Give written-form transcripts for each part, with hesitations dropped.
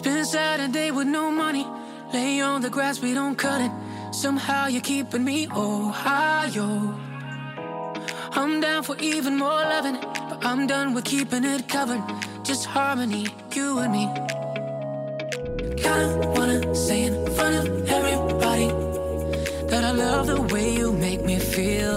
Spend Saturday with no money, lay on the grass, we don't cut it. Somehow you're keeping me Ohio. I'm down for even more loving, but I'm done with keeping it covered. Just harmony, you and me. Kinda wanna say in front of everybody that I love the way you make me feel.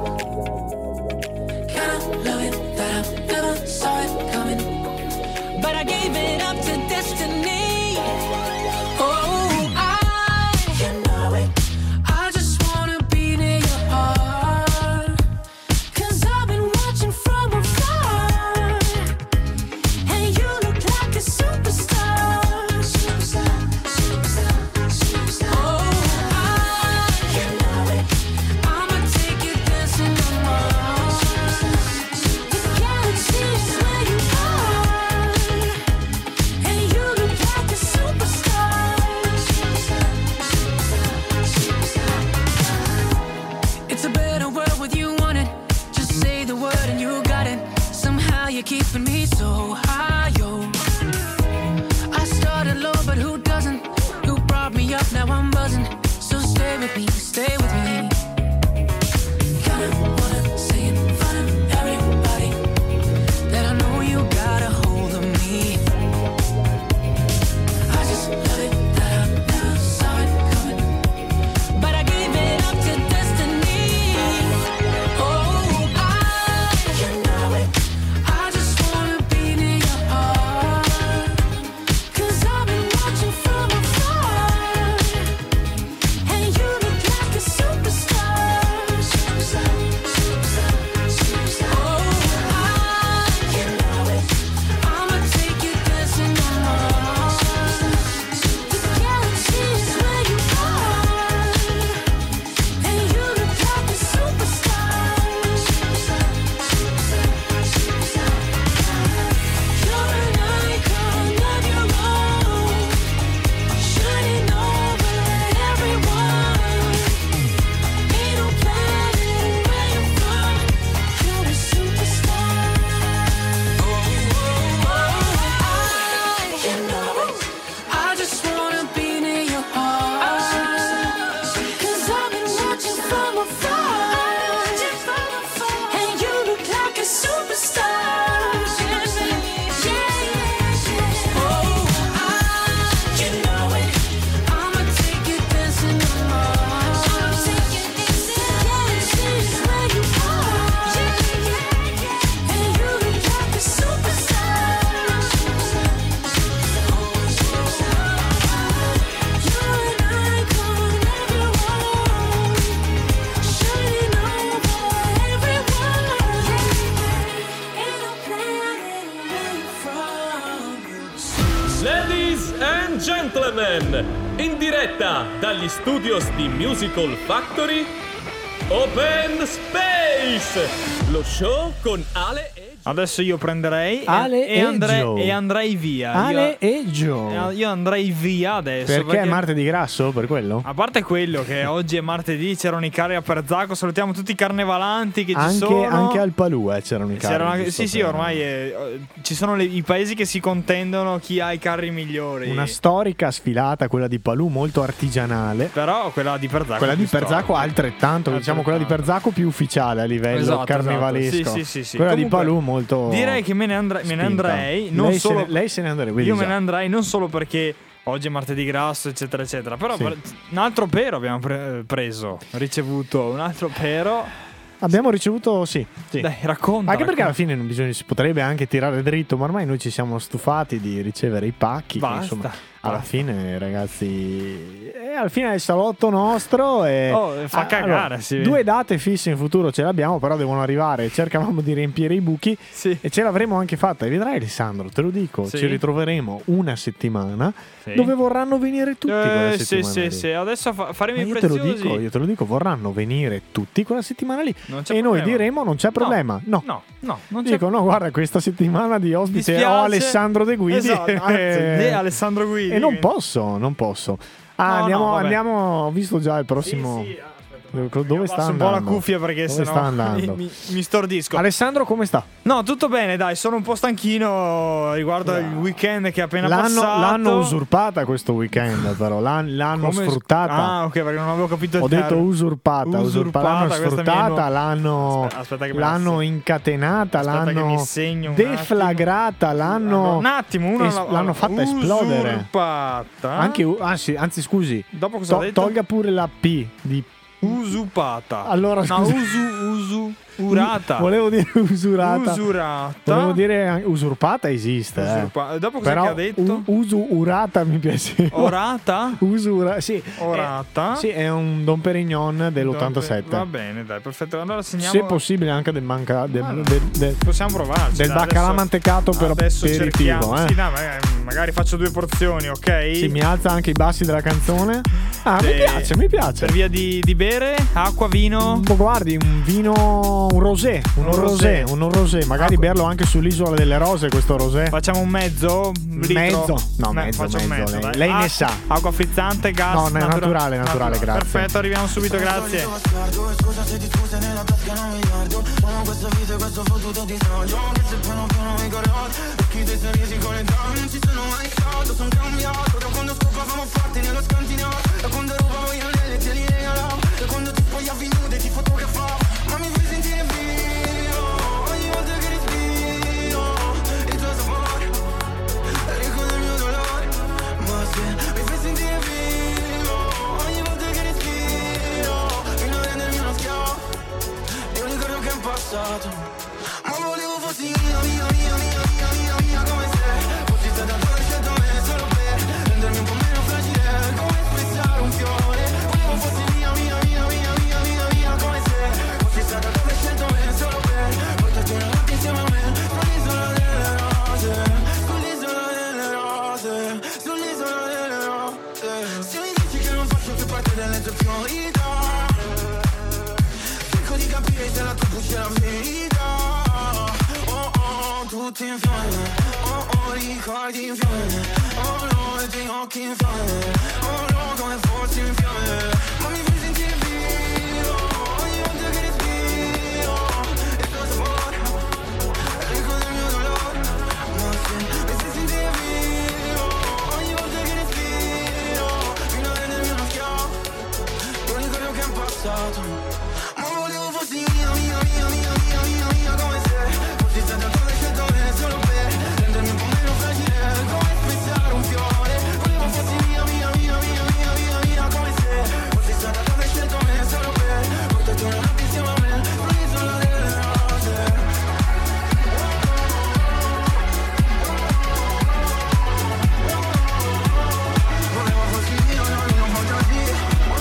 Kinda love it that I never saw it coming, but I gave it up to destiny. Oh, you know it. I just wanna be near your heart, 'cause I've been watching from afar, and you look like a superstar. Superstar, superstar, superstar. Oh, you know it. I'ma take you dancing on Mars. The galaxy is where you are, and you look like a superstar. It's a better world with you on it. Just say the word and you got it. Somehow you're keeping me so high, yo. I started low, but who doesn't? You brought me up, now I'm buzzing. So stay with me, stay with me. Kinda wanna say in front of everybody that I know you got a hold of me. I just love it that I never saw it coming, but I gave it up to destiny. Oh, you know it. I just wanna be near your heart, 'cause I've been watching from afar, and you look like a superstar. Superstar, superstar, superstar. Oh, you know it. I'ma take you dancing on Mars. The galaxy is where you are, and you look like a superstar. Superstar, superstar, superstar. You're an icon of your own, shining over everyone. Ain't no planet where you're from, you're a superstar. You know it. I just wanna be near your heart, 'cause I've been watching from afar, and you look like a superstar. Oh, you know it. I'ma take you dancing on Mars. The galaxy is where you are, and you look like a superstar. You're an icon of your own, shining over everyone. Ain't no planet where you're from. Ladies and gentlemen, in diretta dagli studios di Musical Factory, Open Space, lo show con Ale e Adesso io prenderei Ale e Joe. e andrei via. Ale e Joe. Io andrei via adesso. Perché è martedì grasso? Per quello? A parte quello che oggi è martedì, c'erano i carri a Perzzacco. Salutiamo tutti i carnevalanti che ci sono. Anche al Palù c'erano i carri. Sì, ormai ci sono i paesi che si contendono chi ha i carri migliori. Una storica sfilata, quella di Palù, molto artigianale. Però quella di Perzzacco. Quella di Perzzacco altrettanto. Diciamo quella di Perzzacco più ufficiale a livello carnevalesco. Sì. Quella Comunque, di Palù molto. Direi che me ne andrei. Non lei solo lei se ne andrebbe. Io me ne andrei non solo perché oggi è martedì grasso, eccetera, eccetera. Però un altro pero abbiamo ricevuto un altro pero. Abbiamo ricevuto, sì. Dai, racconta. Anche perché alla fine non bisogna, si potrebbe anche tirare dritto, ma ormai noi ci siamo stufati di ricevere i pacchi. Basta, che, insomma, alla fine, ragazzi, alla fine è il salotto nostro. E fa cagare. Allora, sì. 2 date fisse in futuro ce l'abbiamo, però devono arrivare. Cercavamo di riempire i buchi e ce l'avremo anche fatta. E vedrai, Alessandro, te lo dico, ci ritroveremo una settimtina dove vorranno venire tutti quella settimana. Sì. Adesso faremo i preziosi. Io te lo dico, vorranno venire tutti quella settimana lì. E noi diremo non c'è problema. No, non c'è. Dico, no, guarda, questa settimana di ospite ho Alessandro De Guidi. Esatto, Alessandro Guidi. E non posso. Andiamo, ho visto già il prossimo. Sì, Dove sta un andando? po' la cuffia perché Dove sta sennò andando? mi stordisco. Alessandro, come sta? No, tutto bene, dai, sono un po' stanchino riguardo il weekend che è appena passato. L'hanno usurpata questo weekend, però. L'hanno sfruttata. Ah, ok, perché non avevo capito il Ho detto termine. usurpata. L'hanno sfruttata, l'hanno incatenata, l'hanno deflagrata, l'hanno fatta esplodere. Usurpata. Anzi, scusi. Dopo cosa ha detto? Tolga pure la P di usurpata. Allora, scusi. Urata. Volevo dire usurata. Usurata. Volevo dire usurpata esiste. Dopo cosa Però ha detto? Usurata mi piace. Orata? Sì. Orata? Sì, è un Don Perignon dell'87. Va bene, dai, perfetto. Allora segniamo. Se possibile anche possiamo provarci. Del baccalà mantecato per aperitivo. Sì, dai, magari faccio 2 porzioni, ok? Sì, mi alza anche i bassi della canzone. Mi piace. Per via di bere, acqua, vino. Guardi, un vino, un rosé, magari berlo anche sull'isola delle rose questo rosé. Facciamo un mezzo? Mezzo? No, faccio un mezzo. Lei ne sa. Acqua frizzante, gas? No, naturale, grazie. Perfetto, arriviamo subito, grazie. Scusa se ti scusa nella tasca non mi guardo. Amo questa vita e questo fottuto disagio. Che se piano piano mi corrodi. Occhi dei sorrisi con le donne non ci sono mai stato. Sono cambiato da quando scopavamo forti nello scantinato. Da quando rubavo io le te li regalavo. Da quando ti spogliavi nude ti fotografavo. Ma mi fai sentire vivo ogni volta che respiro il tuo sapore, ricordo il mio dolore. Ma se mi fai sentire vivo ogni volta che respiro, fino a rendermi uno schiavo di un ricordo che è passato. Ma volevo fossi mia come se fossi stata tua scelta me solo per rendermi un po' meno fragile, come spezzare un fiore. Volevo fossi mia come se fossi stata tua scelta me solo per portarti una notte insieme a me sull'isola delle rose, sull'isola delle rose, sull'isola delle rose. Se mi dici che non faccio più parte delle tue priorità, cerco di capire se la tua voce è la verità. Tutti in fiamme, ricordi in fiamme, no, i tuoi occhi in fiamme, no, come fossi in fiamme. Ma mi fai sentire vivo ogni volta che respiro il tuo sapore, ricordo il mio dolore. Ma se mi fai sentire vivo ogni volta che respiro, fino a rendermi uno schiavo di un ricordo che è passato. Ma volevo fossi mia come se fossi stata tua scelta me solo per rendermi un po' meno fragile, come spezzare un fiore. Volevo fossi mia come se fossi stata tua scelta me solo per portarti una notte insieme a me sull'isola delle rose. Volevo fossi mia fantasia.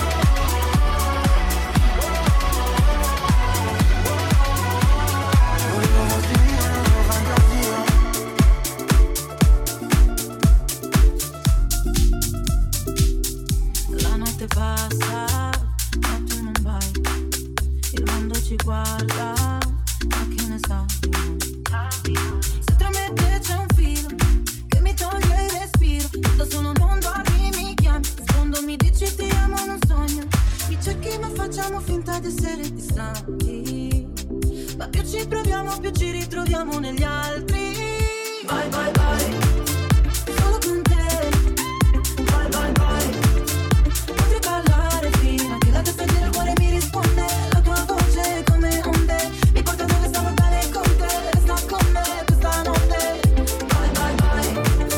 La notte passa, ma tu non vai. Il mondo ci guarda, ma che ne sa? Se tra me e te c'è un filo che mi toglie il respiro, da solo non dormi, mi chiami. Sfondo mi dici ti amo, non sogno. Mi cerchi ma facciamo finta di essere distanti. Ma più ci proviamo, più ci ritroviamo negli altri. Vai, vai, vai. Solo con te. Vai, vai, vai. Potrei parlare fino a che la testa gira, il cuore mi risponde. La tua voce è come onde, mi porta dove stavo bene con te. Resta con me questa notte. Vai, vai, vai.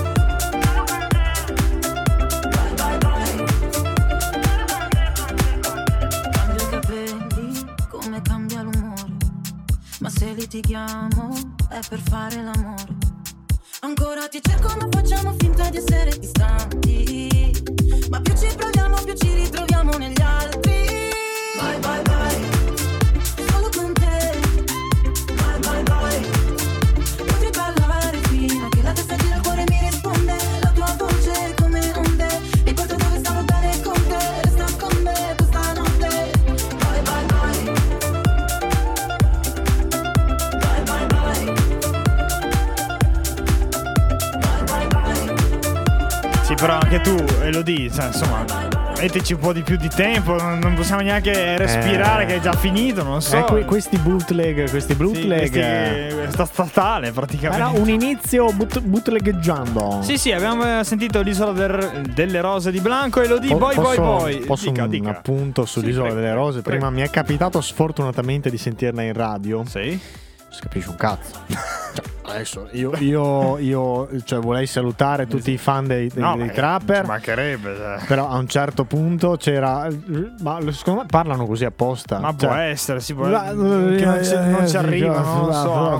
Vai, vai, vai. Cambio i capelli, come cambia l'umore. Ma se litighiamo è per fare l'amore. Ancora ti cerco ma facciamo finta di essere distanti. Ma più ci proviamo, più ci ritroviamo negli altri. Vai, vai, vai. Solo con te. Vai, vai, vai. Potrei parlare fino a che la testa gira, il cuore mi risponde. La tua voce è come onde, mi porta dove stavo bene con te. Resta con me questa notte. Vai, vai, vai. Vai, vai, vai. Sì, però anche tu, Elodie, insomma, mettici un po' di più di tempo, non possiamo neanche respirare che è già finito, non so. Questi bootleg, sta statale praticamente. Era un inizio bootleggando. Sì, abbiamo sentito l'Isola delle Rose di Blanco e lo di Boy. Posso un appunto sull'Isola delle Rose? Prego. Prima mi è capitato sfortunatamente di sentirla in radio. Sì. Non si capisce un cazzo. Adesso io vorrei salutare tutti i fan dei Trapper. Ci mancherebbe. Però a un certo punto c'era. Ma secondo me parlano così apposta. Ma può essere, si può. Che non ci arriva, non so.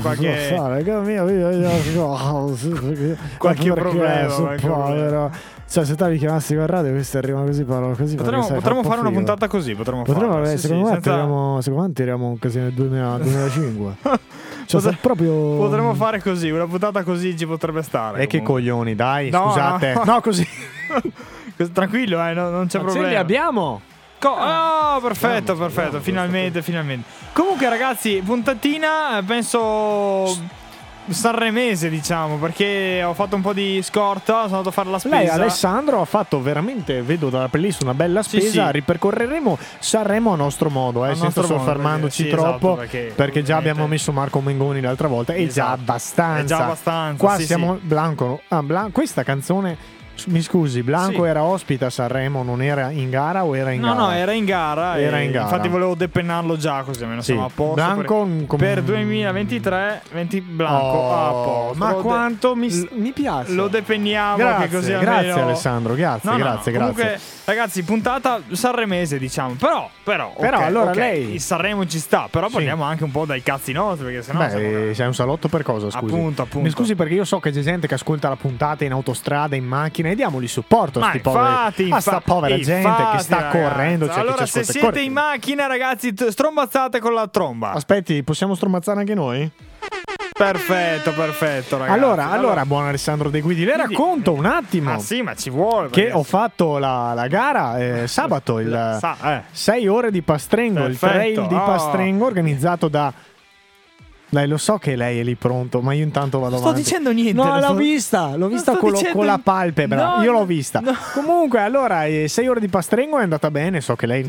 Qualche problema. Cioè, se te li chiamassi con radio, questi arrivano così, parlano così. Potremmo fare una puntata così. Secondo me tiriamo un casino nel 2005. Potremmo fare così, una puntata così ci potrebbe stare. E che coglioni, dai, no, scusate. No, così. Tranquillo, non c'è problema. Ce li abbiamo. Perfetto. Finalmente. Comunque, ragazzi, puntatina, penso sanremese, diciamo, perché ho fatto un po' di scorta, sono andato a fare la spesa. Lei, Alessandro, ha fatto veramente, vedo dalla playlist, una bella spesa. Sì. Ripercorreremo Sanremo a nostro modo, senza soffermandoci troppo, esatto, perché già abbiamo messo Marco Mengoni l'altra volta. È già abbastanza. Qua siamo Blanco. Questa canzone. Mi scusi, Blanco era ospite a Sanremo, non era in gara o era in gara? No, era in gara. Infatti volevo depennarlo già, così almeno siamo a posto. Blanco per 2023 Blanco a posto. Ma quanto mi piace. Lo depenniamo. Grazie, che così grazie almeno... Alessandro, grazie. Comunque, ragazzi, puntata sanremese, diciamo. Però allora lei il Sanremo ci sta, però parliamo anche un po' dai cazzi nostri, perché sennò sei un salotto per cosa, scusi? Appunto. Mi scusi, perché io so che c'è gente che ascolta la puntata in autostrada, in macchina, e diamogli supporto a sta povera gente che sta correndo. Allora, se siete in macchina, ragazzi, strombazzate con la tromba. Aspetti, possiamo strombazzare anche noi? Perfetto, ragazzi. Allora, buon Alessandro De Guidi, le racconto un attimo. Ma sì, ma ci vuole. Che ho fatto la gara sabato, 6 ore di Pastrengo, il trail di Pastrengo organizzato da... Lei, lo so che lei è lì pronto, ma io intanto vado avanti. Sto dicendo niente. No, l'ho vista con la palpebra. Io l'ho vista. No. Comunque, allora, 6 ore di Pastrengo è andata bene. So che lei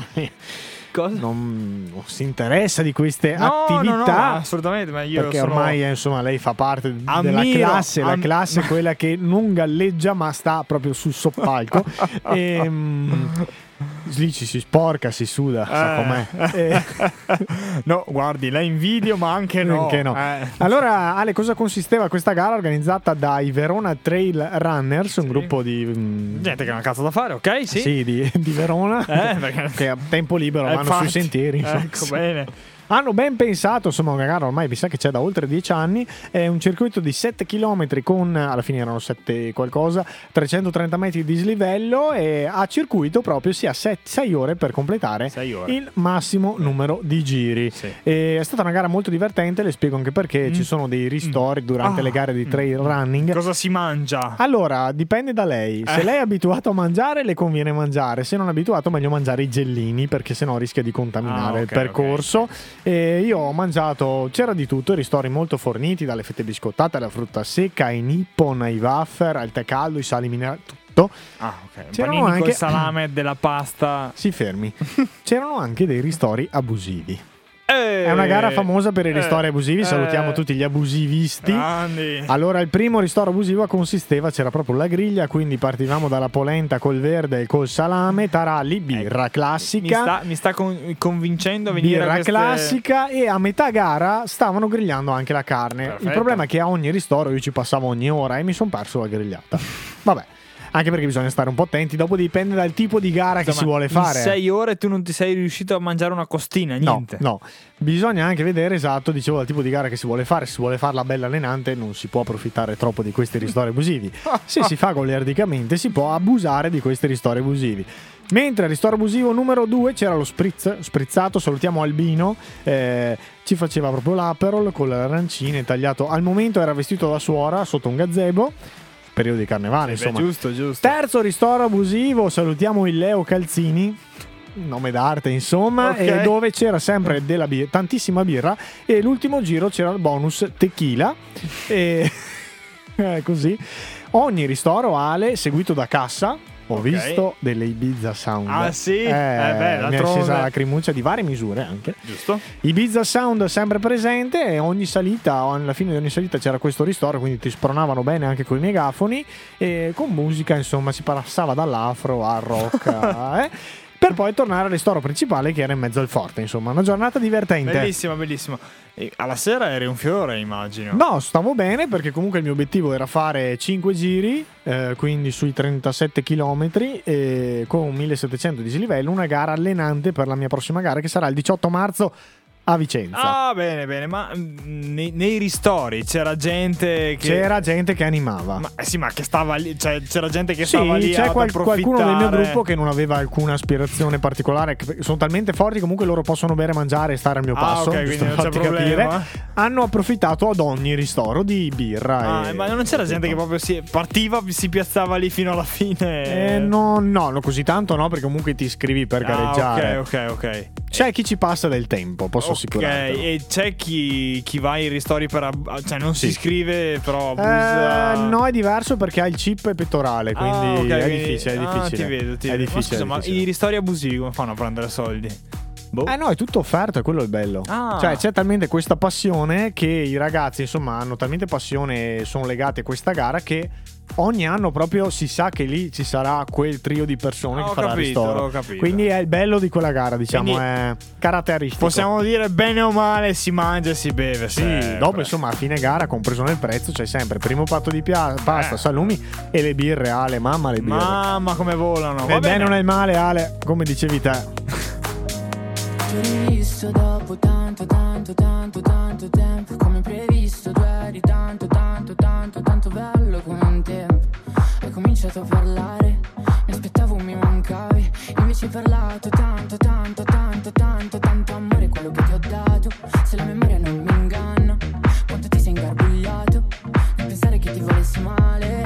non si interessa di queste attività. No, assolutamente. Ma io perché ormai, insomma, lei fa parte della classe. La classe è quella che non galleggia, ma sta proprio sul soppalco. Lì ci si sporca, si suda, sa com'è. No, guardi, la invidio, ma anche no. Allora, Ale, cosa consisteva questa gara organizzata dai Verona Trail Runners, un gruppo di gente che non ha cazzo da fare, ok? Sì, di Verona, che a tempo libero vanno sui sentieri. Ecco, bene. Hanno ben pensato, insomma, una gara ormai mi sa che c'è da oltre 10 anni, è un circuito di 7 km con, alla fine erano 7 qualcosa, 330 metri di dislivello, e a circuito proprio si ha 6 ore per completare il massimo numero di giri. Sì. È stata una gara molto divertente, le spiego anche perché ci sono dei ristori durante le gare di trail running. Cosa si mangia? Allora, dipende da lei. Se lei è abituato a mangiare, le conviene mangiare, se non è abituato meglio mangiare i gellini, perché sennò rischia di contaminare il percorso. Okay. E io ho mangiato, c'era di tutto, ristori molto forniti, dalle fette biscottate alla frutta secca, ai nippon, ai wafer, al tè caldo, i sali minerali, tutto. Ok. C'erano anche il salame della pasta. Si fermi. C'erano anche dei ristori abusivi. È una gara famosa per i ristori abusivi. Salutiamo tutti gli abusivisti. Grandi. Allora, il primo ristoro abusivo c'era proprio la griglia, quindi partivamo dalla polenta col verde e col salame, taralli, birra classica. Mi sta convincendo a venire birra classica, e a metà gara stavano grigliando anche la carne. Perfetto. Il problema è che a ogni ristoro io ci passavo ogni ora e mi sono perso la grigliata. Vabbè. Anche perché bisogna stare un po' attenti, dopo dipende dal tipo di gara che si vuole fare. In 6 ore tu non ti sei riuscito a mangiare una costina, niente. No, bisogna anche vedere, esatto, dicevo, dal tipo di gara che si vuole fare. Se si vuole farla bella allenante non si può approfittare troppo di questi ristori abusivi. Se si fa goliardicamente si può abusare di questi ristori abusivi. Mentre al ristoro abusivo numero 2 c'era lo sprizzato, salutiamo Albino, ci faceva proprio l'Aperol con le arancine tagliato. Al momento era vestito da suora sotto un gazebo, periodo di carnevale, insomma. Giusto. Terzo ristoro abusivo, salutiamo il Leo Calzini, nome d'arte insomma, okay. Dove c'era sempre tantissima birra, e l'ultimo giro c'era il bonus tequila, e così ogni ristoro, Ale, seguito da cassa, Ho visto delle Ibiza Sound. Ah sì? Mi è scesa la lacrimuccia di varie misure anche. Giusto. Ibiza Sound sempre presente, e ogni salita, alla fine di ogni salita c'era questo ristoro, quindi ti spronavano bene anche con i megafoni, e con musica, insomma, si passava dall'afro al rock per poi tornare al ristoro principale che era in mezzo al forte. Insomma, una giornata divertente. Bellissima, bellissima. E alla sera eri un fiore, immagino. No, stavo bene, perché comunque il mio obiettivo era fare 5 giri, quindi sui 37 km, con 1700 di dislivello, una gara allenante per la mia prossima gara, che sarà il 18 marzo a Vicenza. Ah, bene, bene. Ma nei ristori c'era gente che animava. Ma sì, ma che stava lì, cioè c'era gente che stava lì c'è ad qualcuno del mio gruppo che non aveva alcuna aspirazione particolare. Sono talmente forti, comunque loro possono bere, mangiare e stare al mio passo. Ok, quindi non c'è problema. Hanno approfittato ad ogni ristoro di birra. Ma non c'era gente che proprio si piazzava lì fino alla fine? No, così tanto no, perché comunque ti iscrivi per gareggiare. Ok. C'è chi ci passa del tempo, posso assicurarti. E c'è chi va ai ristori cioè non si iscrive, però abusa. No, è diverso perché ha il chip e pettorale, quindi è difficile. Ti vedo. È difficile. Ma scusa, ma i ristori abusivi come fanno a prendere soldi? No, è tutto offerto, è quello il bello. Cioè c'è talmente questa passione che i ragazzi, insomma, hanno talmente passione e sono legati a questa gara che ogni anno proprio si sa che lì ci sarà quel trio di persone che farà il ristoro. Ho capito. Quindi è il bello di quella gara, diciamo. Quindi è caratteristico. Possiamo dire bene o male si mangia e si beve. Sì, dopo insomma a fine gara, compreso nel prezzo, c'è sempre primo patto di pasta, salumi e le birre. Ale, mamma, le birre. Mamma, come volano. Nel bene o nel male, Ale, come dicevi te. Ti ho rivisto dopo tanto tempo, come previsto. Tu eri tanto bello come un tempo. Hai cominciato a parlare, mi aspettavo, mi mancavi. Invece hai parlato tanto amore, quello che ti ho dato. Se la memoria non mi inganna, quanto ti sei ingarbugliato nel pensare che ti volessi male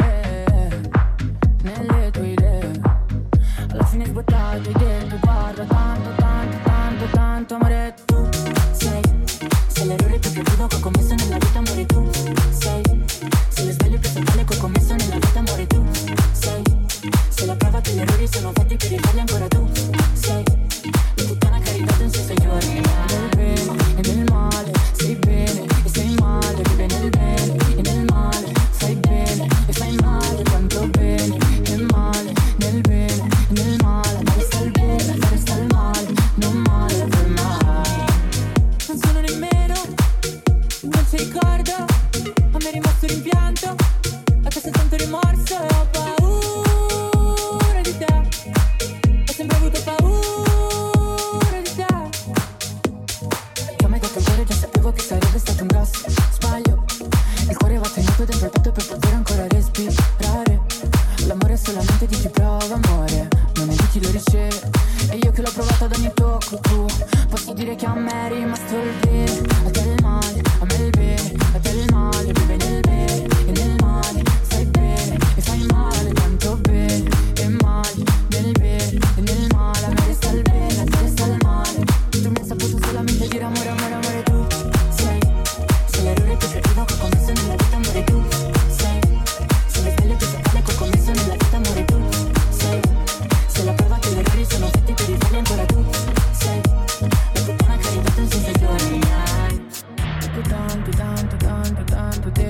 nelle tue idee. Alla fine sbottato hai detto guarda tanto amore. Tu sei l'errore più cattivo che ho commesso nella vita, amore. Tu sei lo sbaglio più fatale che ho commesso nella vita, amore. Tu sei la prova che gli errori sono fatti per rifarli ancora. Tu sei la puttana che ha ridato un senso ai giorni. Nel bene e nel male sei bene e sei male. Vive nel bene e nel male fai bene e fai male. Quanto bene e male, nel bene e nel male. Male sta il bene, male sta il male, non male per mai. Non sono nemmeno, non si ricorda, a me è rimasto rimpianto, a te c'è tanto rimorso e ho paura di te. Ho sempre avuto paura di te. Che a me detto il cuore, già sapevo che sarebbe stato un grosso sbaglio. Il cuore va tenuto dentro il petto per poter ancora respirare. L'amore è solamente di chi prova, amore, non è di chi lo riceve. E io che l'ho provato ad ogni tocco tuo, posso dire che a me è rimasto il bene. A te il male, a me il bene. A te il male, vive nel bene e nel male fai bene e fai male. Tanto bene e male, nel bene e nel male. A me resta il bene, a te resta il male. Tu mi hai saputo solamente dire amore, amore, amore. Tu sei l'errore più cattivo che ho commesso nella vita, amore. Tu sei lo sbaglio più fatale che ho commesso nella vita, amore. Tu sei la prova che gli errori sono fatti per rifarli ancora. Tu sei la puttana che ha ridato un senso ai giorni. Tanto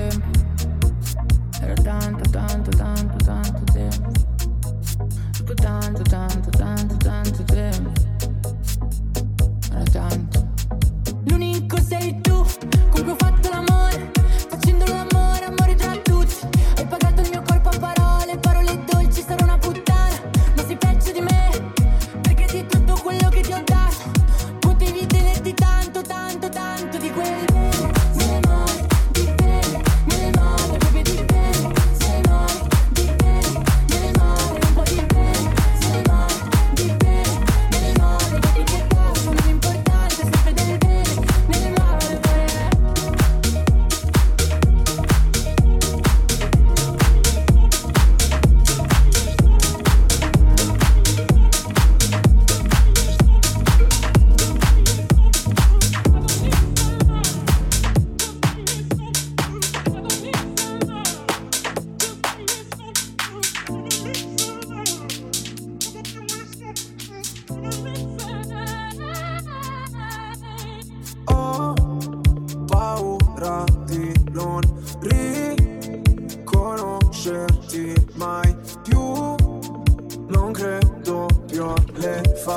scambio le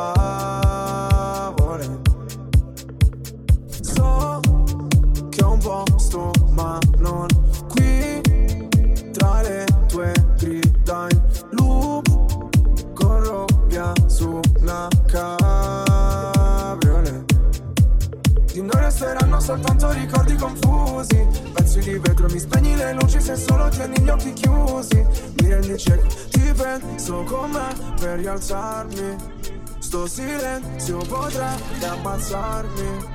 favole. So che ho un posto ma non qui, tra le tue grida in loop, corro via su una cabriolet. Di noi resteranno soltanto ricordi confusi, pezzi di vetro, mi spegni le luci se solo tieni gli occhi chiusi. Mi rendi cieco, ti penso con me per rialzarmi, sto silenzio potrebbe ammazzarmi.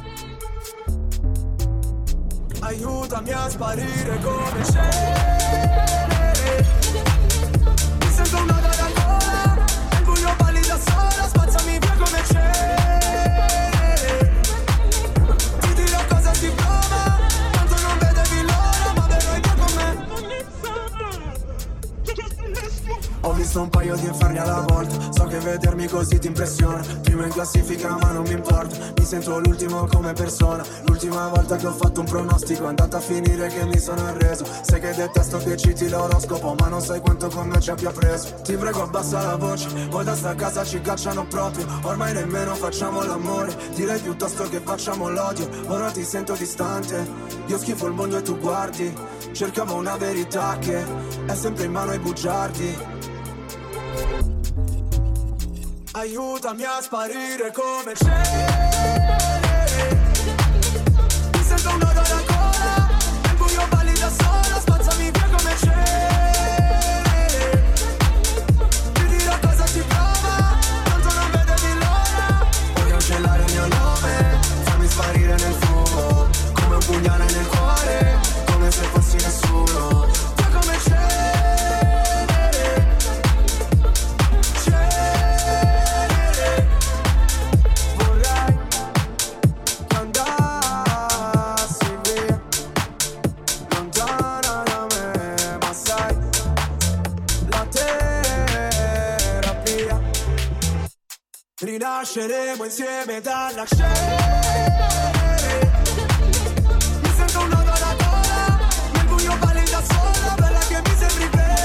Aiutami a sparire come cenere, mi sento un nodo alla gola, nel buio balli da sola, spazzami via come cenere. Ti dirò cosa si prova, tanto non vedevi l'ora, ma verrai via con me. Ho visto un paio di inferni alla volta, so che vedermi così ti impressiona. Primo in classifica ma non mi importa, mi sento l'ultimo come persona. L'ultima volta che ho fatto un pronostico è andata a finire che mi sono arreso. Sai che detesto che citi l'oroscopo, ma non sai quanto con me ci abbia preso. Ti prego abbassa la voce, poi da sta casa ci cacciano proprio. Ormai nemmeno facciamo l'amore, direi piuttosto che facciamo l'odio. Ora ti sento distante, io schifo il mondo e tu guardi. Cercavo una verità che è sempre in mano ai bugiardi. Aiutami a sparire come cenere, mi sento un nodo alla gola, nel buio balli da sola, spazzami via come cenere. Ti dirò cosa si prova, tanto non vedevi l'ora. Puoi cancellare il mio nome, fammi sparire nel fumo, come un pugnale nel cuore, come se fossi nessuno. Via come cenere. Rinasceremo insieme dalla cenere, mi sento un nodo alla gola, nel buio balli da sola, bella che mi sembri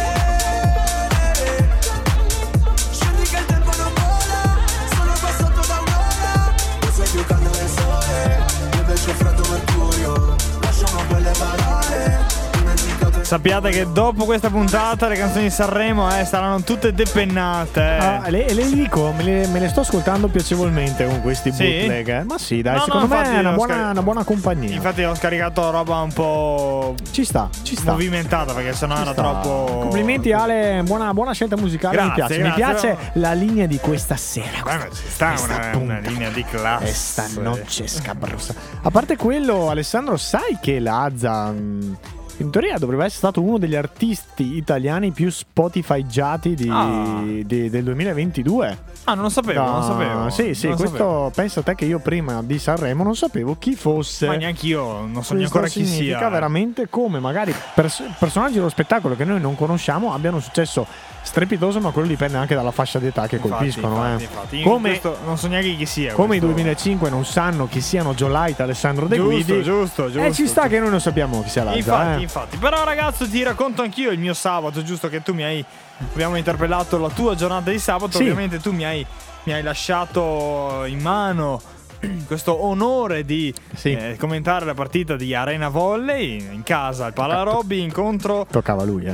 bene. Scendi che il tempo non vola, sono qua sotto da un'ora. Tu sei più caldo del sole, io invece freddo mercurio. Lasciamo quelle parole. Sappiate che dopo questa puntata le canzoni di Sanremo saranno tutte depennate. Le dico, me le sto ascoltando piacevolmente con questi bootleg. Ma sì, dai, secondo me è una buona compagnia. Infatti ho scaricato roba un po' ci sta movimentata, perché sennò era troppo. Complimenti Ale, buona scelta musicale. Grazie, mi piace la linea di questa sera. Ci sta una linea di classe. Questa noce scabrosa. A parte quello, Alessandro, sai che Lazza in teoria dovrebbe essere stato uno degli artisti italiani più spotifygiati del 2022. Non lo sapevo. Sì, questo pensa a te che io prima di Sanremo non sapevo chi fosse. Ma neanche io non so neanche ancora chi sia. Significa veramente come magari personaggi dello spettacolo che noi non conosciamo abbiano un successo strepitoso, ma quello dipende anche dalla fascia d'età che colpiscono. Infatti. Come non so neanche chi sia. Come i 2005 non sanno chi siano Joe Light, Alessandro De Guidi. Giusto. Ci sta che noi non sappiamo chi sia Lazza. Infatti. Però ragazzo, ti racconto anch'io il mio sabato, giusto che tu abbiamo interpellato la tua giornata di sabato. Sì. Ovviamente tu mi hai lasciato in mano questo onore di commentare la partita di Arena Volley in casa al Palarobby, incontro toccava lui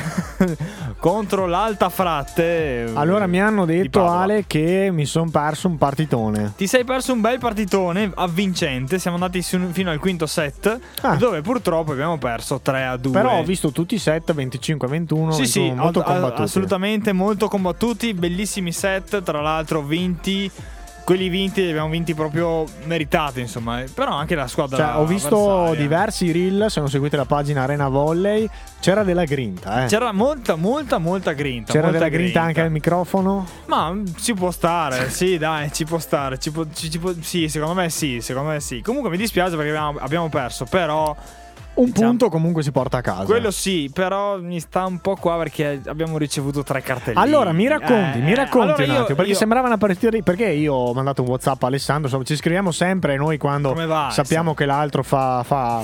contro l'Alta Fratte. Allora mi hanno detto, Ale, che mi sono perso un partitone. Ti sei perso un bel partitone avvincente. Siamo andati fino al quinto set, dove purtroppo abbiamo perso 3-2. Però ho visto tutti i set 25-21 molto combattuti. Assolutamente molto combattuti, bellissimi set, tra l'altro vinti. Quelli vinti li abbiamo vinti proprio meritati, insomma. Però anche la squadra. Ho visto diversi reel, se non seguite la pagina Arena Volley. C'era della grinta, C'era molta grinta. C'era della grinta anche al microfono? Ma ci può stare, sì, dai, ci può stare. Sì, secondo me sì. Comunque mi dispiace perché abbiamo perso, però Un punto comunque si porta a casa. Quello sì, però mi sta un po' qua perché abbiamo ricevuto 3 cartellini. Allora mi racconti allora un attimo, perché sembrava una partita perché io ho mandato un WhatsApp a Alessandro, insomma, ci scriviamo sempre noi quando Come va, sappiamo che l'altro fa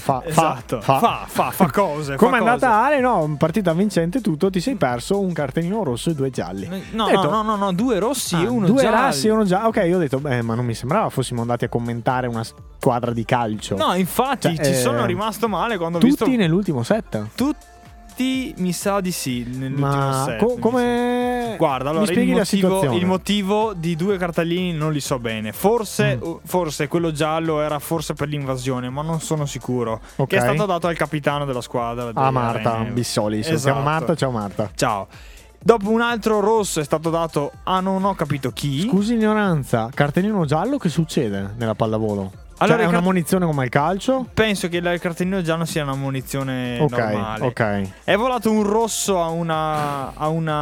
cose. Come è fa andata cose. Ale? No, partita vincente tutto, ti sei perso un cartellino rosso e 2 gialli. No, 2 rossi e 1 2 gialli. rassi e 1 giallo. Ok, io ho detto, ma non mi sembrava fossimo andati a commentare una squadra di calcio. No, infatti Cioè, ci sono rimasto male quando ho tutti visto nell'ultimo set. Tutti mi sa di sì nell'ultimo Ma set. come Guarda, allora mi spieghi la situazione? il motivo di 2 cartellini non li so bene. Forse quello giallo era forse per l'invasione, ma non sono sicuro. Ok. Che è stato dato al capitano della squadra. Marta Bissoli. Salutiamo Marta, ciao Marta. Ciao. Dopo un altro rosso è stato dato a non ho capito chi. Scusi ignoranza, cartellino giallo che succede nella pallavolo? Allora, Cioè, è una munizione come il calcio? Penso che il cartellino giallo sia una munizione normale. Ok. È volato un rosso a una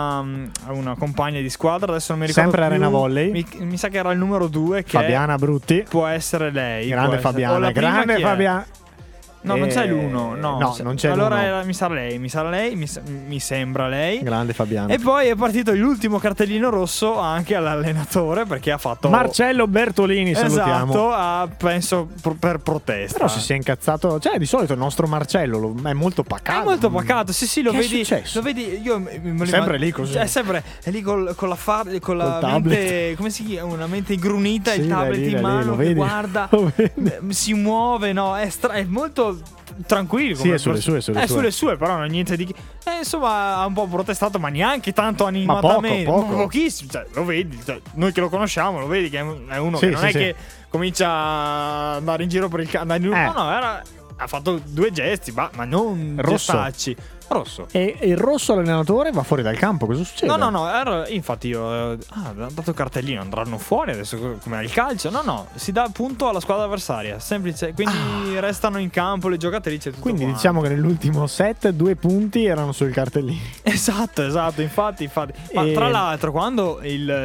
compagna di squadra. Adesso non mi ricordo Sempre più. Arena Volley. Mi sa che era il numero 2. Che Fabiana Brutti. può essere lei. Grande può essere. O Fabiana. la prima Grande chi è? Fabiana. No, non c'è l'1. No, non c'è allora l'1. mi sarà lei. Mi sembra lei. Grande Fabiana. E poi è partito l'ultimo cartellino rosso anche all'allenatore perché ha fatto Marcello Bertolini, salutiamo. Esatto, penso per protesta. Però si è incazzato. Cioè, di solito il nostro Marcello è molto pacato. È molto pacato, sì, lo Che è vedi. successo? Lo vedi, io Sempre lì così. Cioè, è lì con la mente, come si chiama? Una mente ingrunita, Sì, il tablet lì, in mano, lo che vedi? guarda, Lo vedi? si muove, no? È molto tranquillo. Sì, come è sulle sue, sulle sue. sulle sue, però non è niente di. Insomma, ha un po' protestato, ma neanche tanto animatamente. poco. Pochissimo. Cioè, lo vedi, noi che lo conosciamo, lo vedi che è uno Sì, che non sì, è sì. che comincia a andare in giro per il campo. No, ha fatto 2 gesti, ma non Rosso. gestacci. Rosso. E il rosso allenatore va fuori dal campo, cosa succede? No, infatti io ha dato cartellino, andranno fuori adesso come al calcio. No, si dà punto alla squadra avversaria, semplice, quindi restano in campo le giocatrici e tutto Quindi quanto. diciamo che nell'ultimo set 2 punti erano sul cartellino. Esatto, infatti. Ma tra l'altro quando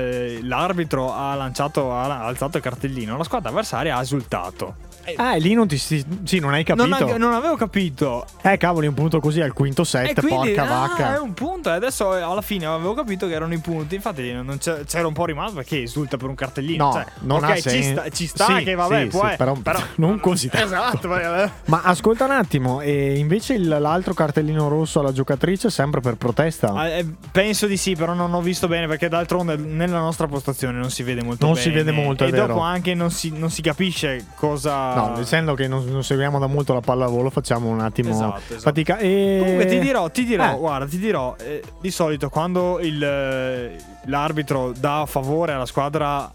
l'arbitro ha alzato il cartellino, la squadra avversaria ha esultato. E lì non non hai capito. Non avevo capito. Cavoli, un punto così al quinto set, E quindi, porca vacca. è un punto. E adesso alla fine avevo capito che erano i punti. Infatti non c'era un po' rimasto perché esulta per un cartellino. No, Cioè, non ok, ha senso. ci sta Sì, che vabbè, sì, può sì, però non così tanto. Esatto. Ma ascolta un attimo, e invece l'altro cartellino rosso alla giocatrice sempre per protesta? Penso di sì, però non ho visto bene perché d'altronde nella nostra postazione non si vede molto Non bene. si vede molto, è e vero. dopo anche non si capisce cosa. No, essendo che non seguiamo da molto la pallavolo, facciamo un attimo Esatto. fatica. Comunque ti dirò, guarda, di solito quando l'arbitro dà favore alla squadra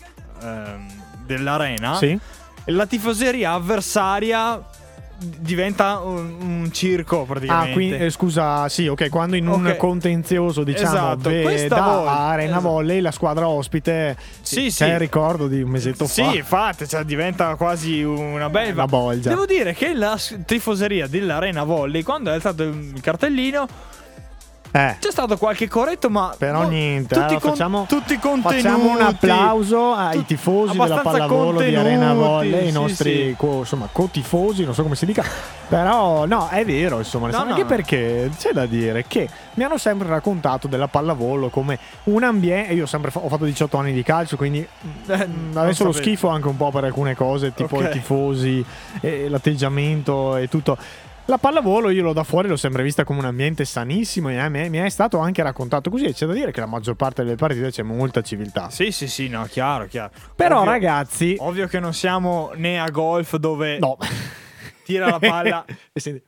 dell'arena, Sì? la tifoseria avversaria diventa un circo praticamente. Quindi scusa, sì, ok, quando in un Ok. contenzioso, diciamo, Esatto, questa da volta, Arena esatto. Volley, la squadra ospite Sì, c'è sì. il ricordo di un mesetto Sì, fa. infatti, diventa quasi una bella Una bolgia. Devo dire che la tifoseria dell'Arena Volley, quando è alzato il cartellino, c'è stato qualche corretto, ma Però niente, tutti, allora tutti contenuti. facciamo un applauso ai tifosi della abbastanza pallavolo di Arena Volley, i sì, nostri sì. co-tifosi, non so come si dica. Però no, è vero, insomma, No, anche no. perché c'è da dire che mi hanno sempre raccontato della pallavolo come un ambiente. Io ho fatto 18 anni di calcio, quindi adesso lo schifo anche un po' per alcune cose, tipo Ok. i tifosi, l'atteggiamento e tutto. La pallavolo io da fuori l'ho sempre vista come un ambiente sanissimo e mi è stato anche raccontato così, e c'è da dire che la maggior parte delle partite c'è molta civiltà. Sì, no, chiaro. Però Ovvio- ragazzi, Ovvio che non siamo né a golf dove no. tira la palla. E senti-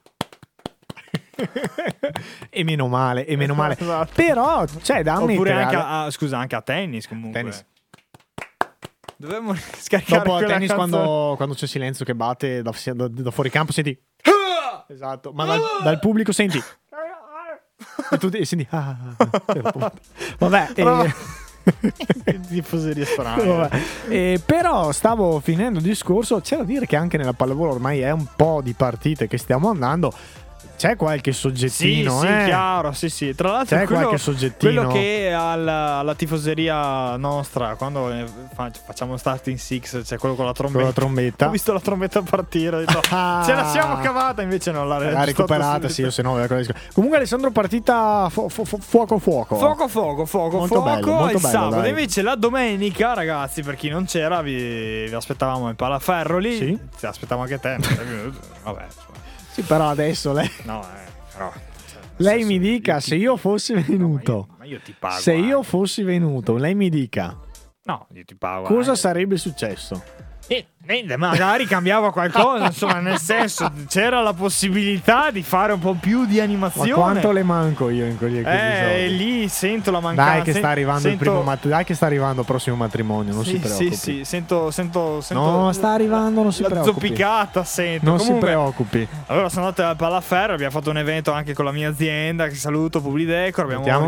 e meno male. Esatto. Però c'è da Oppure ammettere anche a tennis comunque. tennis. Dovremmo scaricare Dopo a quella tennis canzone. quando c'è silenzio che batte da fuori campo senti esatto, ma dal pubblico senti e tu senti vabbè Tifoseria strana. vabbè. Però stavo finendo il discorso, c'è da dire che anche nella pallavolo ormai è un po' di partite che stiamo andando. c'è qualche soggettino, sì, chiaro, sì. Tra l'altro c'è qualche soggettino. Quello che alla tifoseria nostra, quando facciamo starting six, c'è quello con la trombetta. Con la trombetta. Ho visto la trombetta partire, ho detto, ce la siamo cavata, invece non l'ha recuperata, sì, o se no. Comunque Alessandro, partita fuoco. Molto bello, il sabato. dai. Invece la domenica, ragazzi, per chi non c'era, vi aspettavamo in Palaferroli. Sì. Ti aspettavo anche te. Vabbè. Sì, però adesso lei. No, però. Lei mi dica, se io fossi venuto. Ma io ti pago. Se io fossi venuto, lei mi dica. No, io ti pago. Cosa sarebbe successo? Magari cambiava qualcosa, insomma, nel senso, c'era la possibilità di fare un po' più di animazione. Ma quanto le manco io in quegli episodi? Lì sento la mancanza. Dai che sta arrivando dai che sta arrivando il prossimo matrimonio, non si preoccupi. Sì, sento no, sta arrivando, non si preoccupi. La zoppicata sento. Non Comunque, si preoccupi. Allora sono andato al Palaferro, abbiamo fatto un evento anche con la mia azienda, che saluto, Publidecor, abbiamo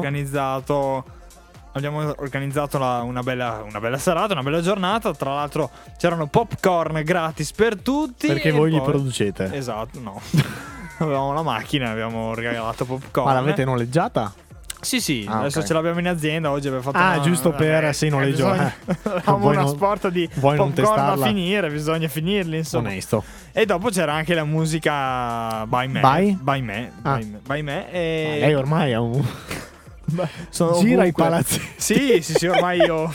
organizzato una bella serata, una bella giornata. Tra l'altro c'erano popcorn gratis per tutti. Perché voi li producete? Esatto, no. Avevamo la macchina, abbiamo regalato popcorn. Ma l'avete noleggiata? Sì, adesso ce l'abbiamo in azienda. Oggi abbiamo fatto giusto per noleggio. Avevamo una sport di popcorn da finire, bisogna finirli, insomma. Onesto. E dopo c'era anche la musica by me. E lei ormai ha un gira i palazzetti. Sì, ormai io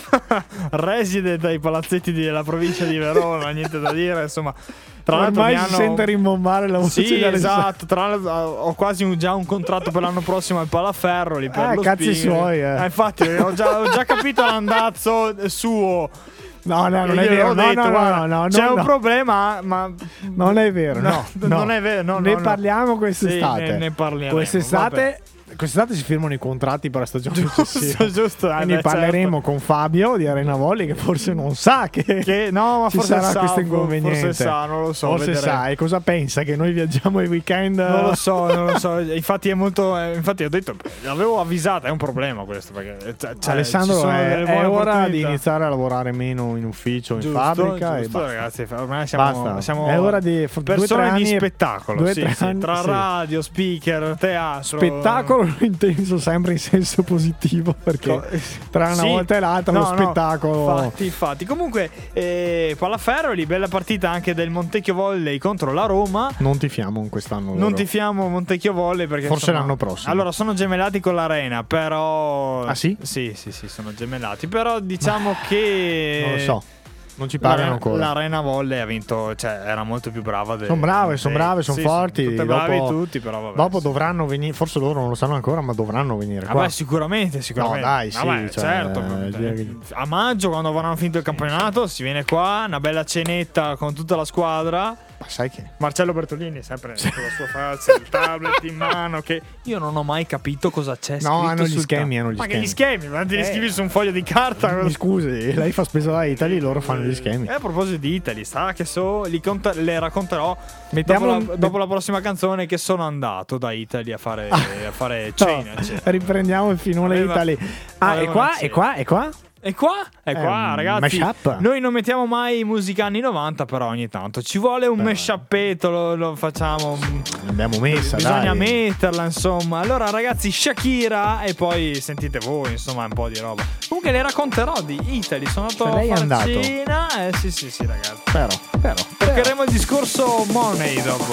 reside dai palazzetti della provincia di Verona, niente da dire, insomma. Tra l'altro ormai si sente rimbombare la voce. Sì, esatto. Tra l'altro ho quasi già un contratto per l'anno prossimo al Palaferroli per lo cazzi suoi. Infatti ho già capito l'andazzo suo. No, non è vero. No, c'è un problema, ma non è vero. No, non è vero. Ne parliamo quest'estate. Sì, ne parliamo. Quest'estate si firmano i contratti per la stagione successiva. Giusto. Quindi parleremo con Fabio di Arena Volley, che forse non sa che no, ma ci forse sarà questo inconveniente. Forse sa, non lo so. Forse sa. E cosa pensa? Che noi viaggiamo ai weekend? Non lo so. Infatti è molto. Infatti ho detto, l'avevo avvisata, è un problema questo. Perché Alessandro, è ora di iniziare a lavorare meno in ufficio, in fabbrica. Giusto, e ragazzi, ormai siamo è ora di persone di spettacolo. 2-3 anni, tra radio, speaker, teatro. Spettacolo intenso sempre in senso positivo, perché tra una volta e l'altra lo spettacolo. Infatti. Comunque Palaferoli, bella partita anche del Montecchio Volley contro la Roma. Non tifiamo quest'anno. Non tifiamo Montecchio Volley perché forse l'anno prossimo. Allora sono gemellati con l'Arena, però. Ah sì? Sì, sono gemellati. Però diciamo che non lo so. Non ci parlano ancora. L'Arena Volley ha vinto, cioè era molto più brava. Sono brave, sono forti. Sono bravi tutti, però vabbè. Dopo dovranno venire, forse loro non lo sanno ancora, ma dovranno venire qua. Vabbè, sicuramente. No, dai, sì, certo. A maggio, quando avranno finito il campionato, si viene qua, una bella cenetta con tutta la squadra. Ma sai che Marcello Bertolini sempre con la sua faccia, il tablet in mano, che io non ho mai capito cosa c'è scritto. No, hanno gli schemi, Ma che gli schemi? Ma ti li scrivi su un foglio di carta? Mi scusi, lei fa spesa da Italy, loro fanno gli schemi. A proposito di Italy, sta che le racconterò dopo la prossima canzone, che sono andato da Italy a fare cena. Riprendiamo il filone Italy. E qua? E qua, ragazzi, mashup. Noi non mettiamo mai musica anni 90, però ogni tanto ci vuole un mashuppetto, lo facciamo. L'abbiamo messa, bisogna metterla, insomma. Allora, ragazzi, Shakira, e poi sentite voi, insomma, un po' di roba. Comunque le racconterò di Italy. Sono andato a fare cena. Sì, ragazzi. Però. Toccheremo il discorso money dopo.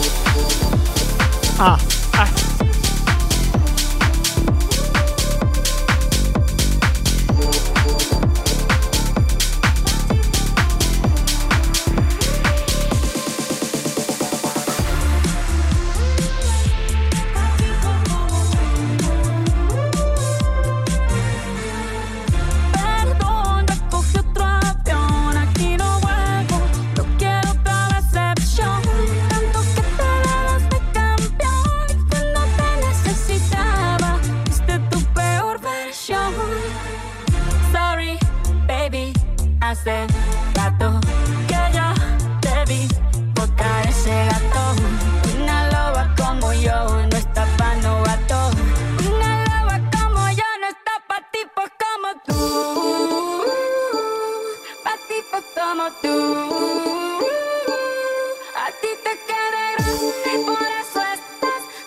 Hace rato que yo te vi tocar ese gato. Una loba como yo no está pa' novato. Una loba como yo no está pa' tipos como tú. Pa' tipos como tú. A ti te queda grande y por eso estás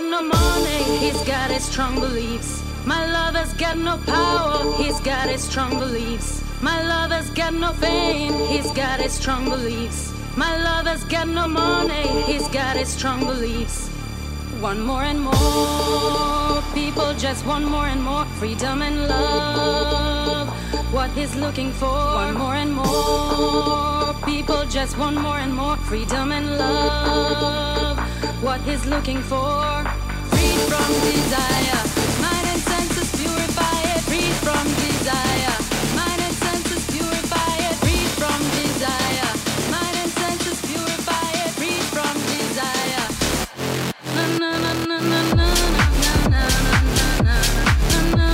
no money, he's got his strong beliefs. My lover's got no power, he's got his strong beliefs. My lover's got no fame, he's got his strong beliefs. My lover's got no money, he's got his strong beliefs. Want more and more, people just want more and more freedom and love. What he's looking for, want more and more, people just want more and more freedom and love. What he's looking for, freed from desire, mind and senses purify it, freed from desire, mind and senses purify it, freed from desire, mind and senses purify it, freed from desire. Na na na na na na na na na na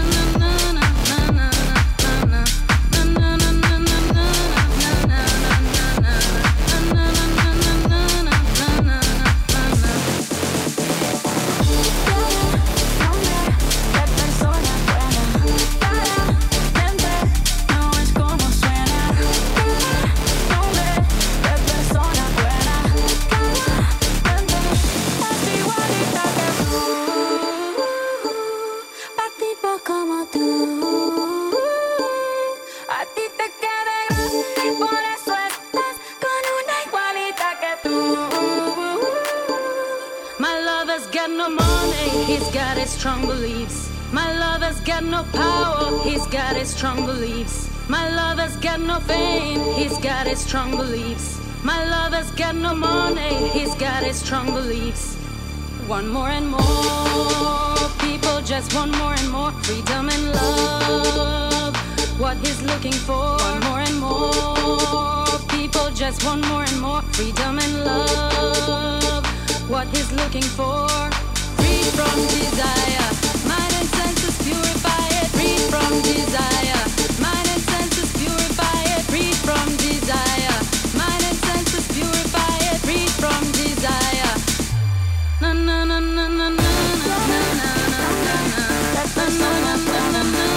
strong beliefs. My lover's got no power, he's got his strong beliefs. My lover's got no fame, he's got his strong beliefs. My lover's got no money, he's got his strong beliefs. Want more and more, people just want more and more freedom and love. What he's looking for, want more and more, people just want more and more freedom and love. What he's looking for, free from desire, mind and senses purify it, free from desire, mind and senses purify it, free from desire, mind and senses purify it, free from desire. Na na na na na na na na na na na na na.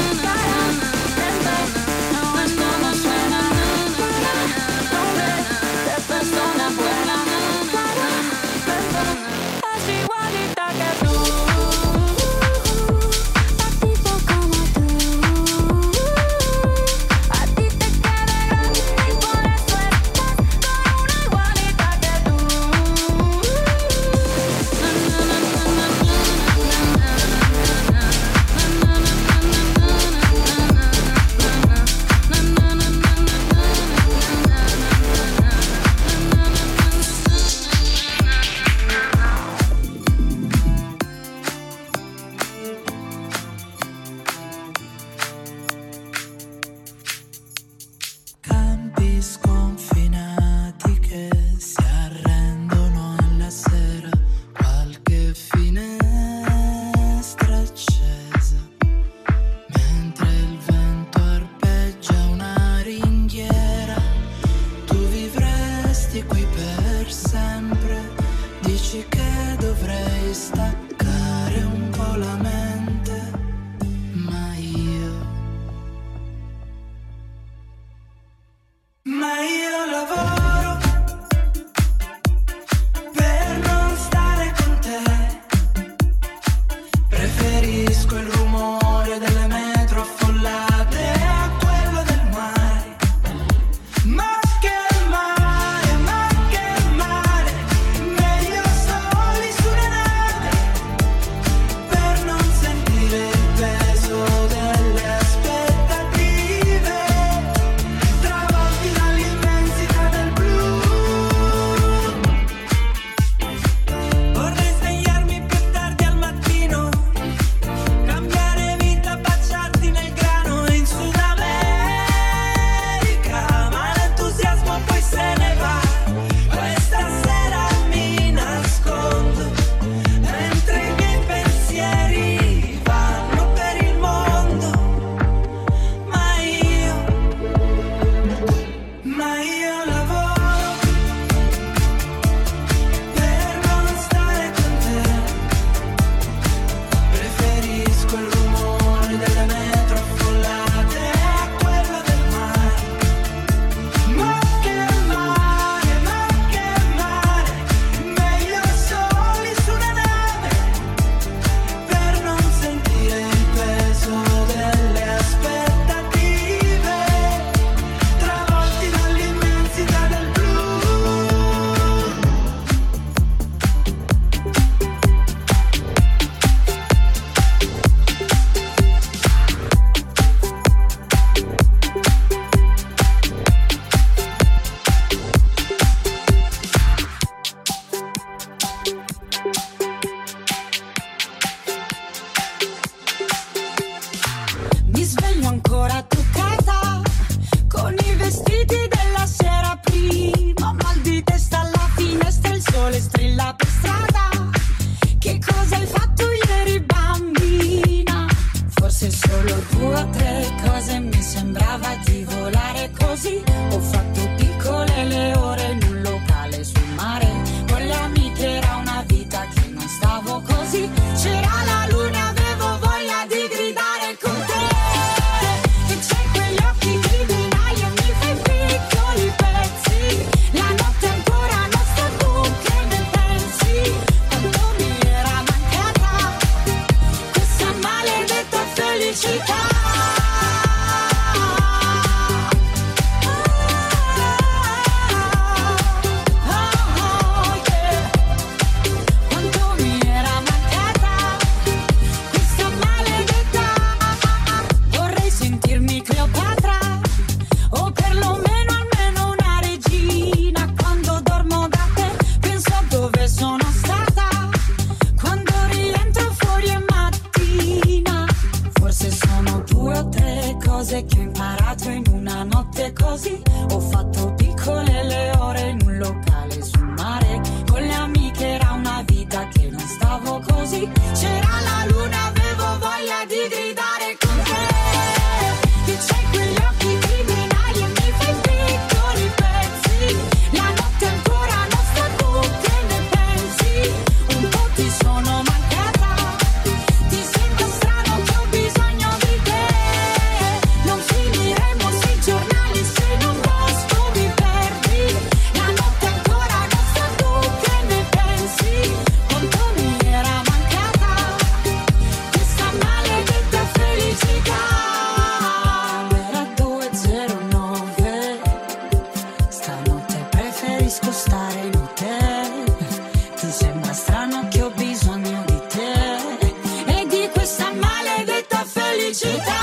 cose che ho imparato in una notte così. Ho fatto piccole le ore in un locale sul mare. Con le amiche era una vita che non stavo così. C'era la luna, avevo voglia di gridare con te. Che c'hai quegli occhi criminali e mi fai piccoli pezzi. La notte è ancora nostra, tu che ne pensi? Un po' ti sono mancata, ti sento strano che ho bisogno di te. Non finiremo sui giornali se non bosco mi perdi. La notte è ancora nostra, tu che ne pensi? Quanto mi era mancata questa maledetta felicità. Era 2:09, stanotte preferisco stare in hotel. Ti sembra strano che ho bisogno di te e di questa maledetta felicità.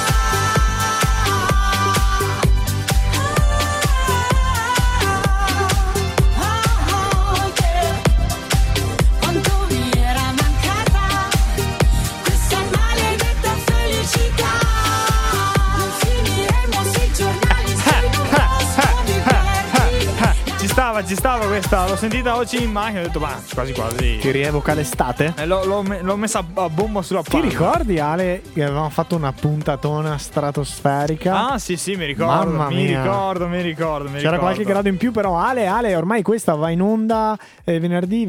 Quanto mi era mancata questa maledetta felicità. Non finiremo sui giornali se non bosco mi perdi. Ci stava questa, l'ho sentita oggi in macchina e ho detto ma quasi quasi. Ti rievoca l'estate? L'ho messa a bomba sulla Ti palla. ricordi, Ale, che avevamo fatto una puntatona stratosferica? Ah sì, mi ricordo. Mamma Mi mia. ricordo. C'era qualche grado in più, però Ale, ormai questa va in onda venerdì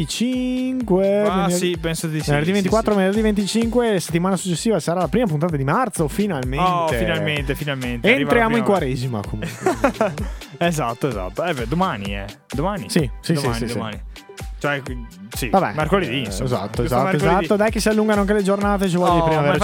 25. Ah sì, penso di sì. Venerdì 24, sì. venerdì 25, settimana successiva sarà la prima puntata di marzo, finalmente. Oh, finalmente. Entriamo in quaresima comunque. Esatto. Domani. Domani. Sì. Cioè, sì, Vabbè, mercoledì, insomma. Esatto. Dai che si allungano anche le giornate, ci vuole di primavera.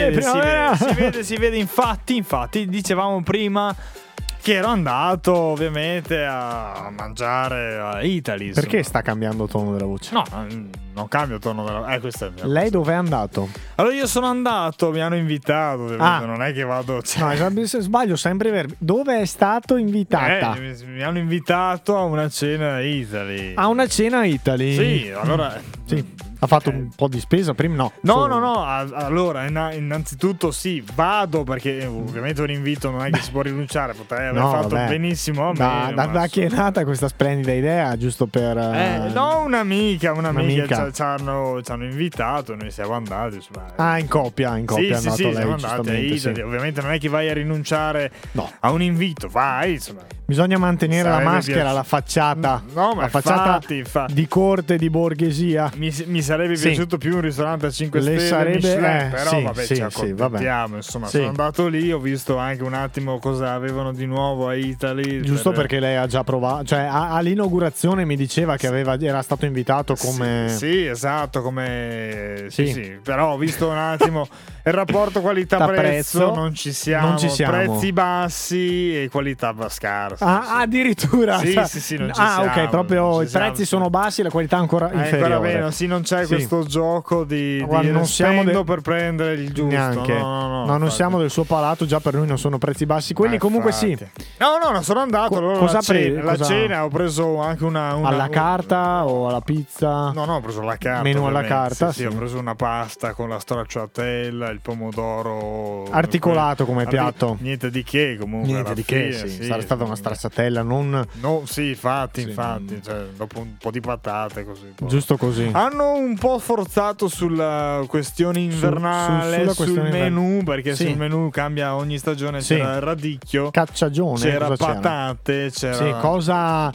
Si vede, infatti, dicevamo prima che ero andato ovviamente a mangiare a Italy. Insomma. Perché sta cambiando tono della voce? No, non cambio tono della voce. Questo è Lei dov'è andato? Allora io sono andato, mi hanno invitato, ovviamente, non è che vado. No, se sbaglio sempre i verbi. Dove è stato invitata? Mi hanno invitato a una cena a Italy. A una cena a Italy? Sì, allora. Sì. Ha fatto un po' di spesa prima? No. No. Allora, innanzitutto sì, vado perché ovviamente un invito non è che si può rinunciare. Potrei aver fatto benissimo. Da chi è nata questa splendida idea, giusto per. No, un'amica ci hanno invitato, noi siamo andati. Insomma. In coppia è andato sì, lei. Siamo andati sì. Ovviamente non è che vai a rinunciare a un invito, vai. Insomma. Bisogna mantenere la maschera, la facciata. No, ma la facciata di corte, di borghesia. Mi sarebbe piaciuto più un ristorante a 5 stelle sarebbe, Michelin, però sì, vabbè, sì, ci accontentiamo, insomma. Sono andato lì, ho visto anche un attimo cosa avevano di nuovo a Italy. Giusto perché lei ha già provato, cioè all'inaugurazione mi diceva che era stato invitato come sì, esatto, come sì, però ho visto un attimo il rapporto qualità-prezzo, non ci siamo. Prezzi bassi e qualità scarsa. Addirittura. Sì, non ci siamo. Ok, proprio i prezzi sono bassi, la qualità ancora inferiore. Ancora meno, sì, non c'è questo gioco di non siamo per prendere il giusto. Neanche. No, non siamo del suo palato, già per noi non sono prezzi bassi. Quelli comunque infatti. Sì. No, sono andato. Allora cosa la cena ho preso anche una alla carta o alla pizza? No, ho preso la carta. Menù alla carta. Sì, ho preso una pasta con la stracciatella, il pomodoro articolato come piatto. Niente di che comunque. Niente di che, sì. Sarà stata una stracciatella, non. No, sì, infatti, cioè, dopo un po' di patate così. Giusto così. Hanno un po' forzato sulla questione invernale, sul menù, perché sul menù cambia ogni stagione. C'era il radicchio, cacciagione, c'era patate, c'era. Sì, cosa.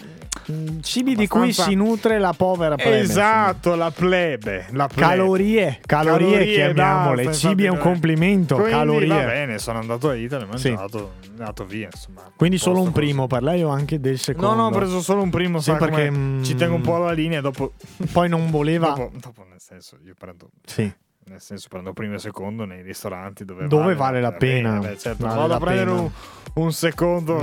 Cibi di cui si nutre la povera plebe. Esatto, la plebe. Calorie chiamiamole. Cibi è un complimento. Quindi, calorie. Va bene, sono andato a Italia, mangiato, andato via. Insomma, quindi solo un primo per lei o anche del secondo? No, ho preso solo un primo. Sì, perché ci tengo un po' alla linea. Dopo poi non voleva. Dopo nel senso, io prendo. Sì. Nel senso, prendo primo e secondo nei ristoranti dove vale la pena. Certo, vado a prendere un secondo.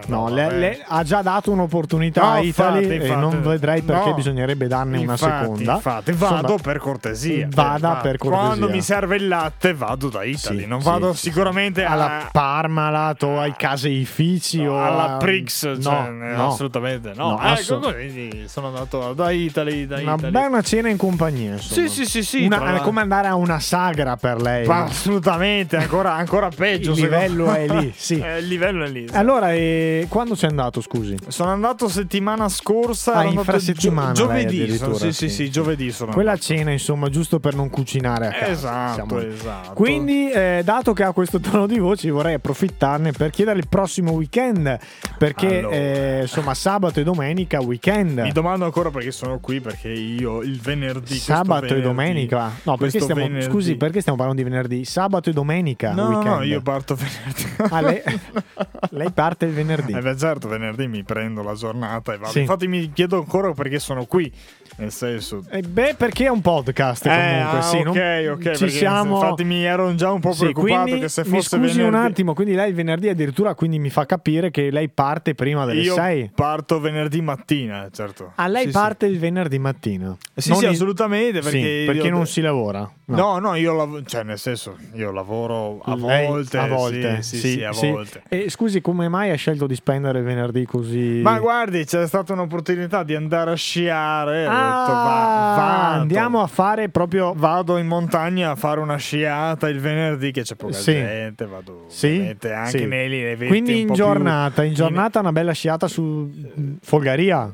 Lei ha già dato un'opportunità a Italy e non vedrei perché bisognerebbe darne una seconda. Infatti, vado per cortesia. Vada per cortesia. Quando mi serve il latte, vado da Italy. Non vado sicuramente alla Parmalat o ai caseifici o alla Prix. Assolutamente no. Quindi sono andato da Italy. Una cena in compagnia. Sì. Come andare a è una sagra per lei. Ma assolutamente, ancora peggio. Il livello è lì, sì. Il livello è lì. Sì. Allora, quando sei andato, scusi? Sono andato settimana scorsa. Infrasettimana. Giovedì. Sì, giovedì sono quella andato. cena, insomma, giusto per non cucinare a casa. Esatto. Quindi, dato che ha questo tono di voce, vorrei approfittarne per chiedere il prossimo weekend. Perché, allora, insomma, sabato e domenica weekend. Mi domando ancora perché sono qui, perché io il venerdì. Sabato e domenica. No, perché scusi, perché stiamo parlando di venerdì? Sabato e domenica weekend. No, io parto venerdì. Lei parte il venerdì. Beh, certo, venerdì mi prendo la giornata e vado. Sì. Infatti mi chiedo ancora perché sono qui. Nel senso, perché è un podcast comunque. Sì, ok. Ci siamo. Infatti mi ero già un po' preoccupato che se fosse mi scusi venerdì. un attimo, quindi lei il venerdì addirittura, quindi mi fa capire che lei parte prima delle 6. Io parto venerdì mattina, certo. Lei parte il venerdì mattina? Sì, assolutamente. Perché non si lavora. No, io lavoro, cioè nel senso, io lavoro a volte. A volte. Sì, a volte. E scusi, come mai ha scelto di spendere il venerdì così? Ma guardi, c'è stata un'opportunità di andare a sciare. Ho detto, andiamo a fare proprio. Vado in montagna a fare una sciata il venerdì, che c'è poca gente. Vado anche negli eventi. Quindi in giornata, più... una bella sciata su Folgaria.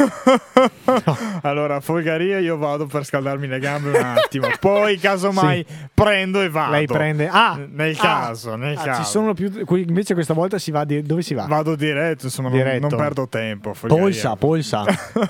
No. Allora, Folgaria io vado per scaldarmi le gambe un attimo. Poi casomai prendo e vado. Lei prende nel caso ci sono più. Invece questa volta si va dove si va? Vado diretto, insomma. Non perdo tempo. Polsa.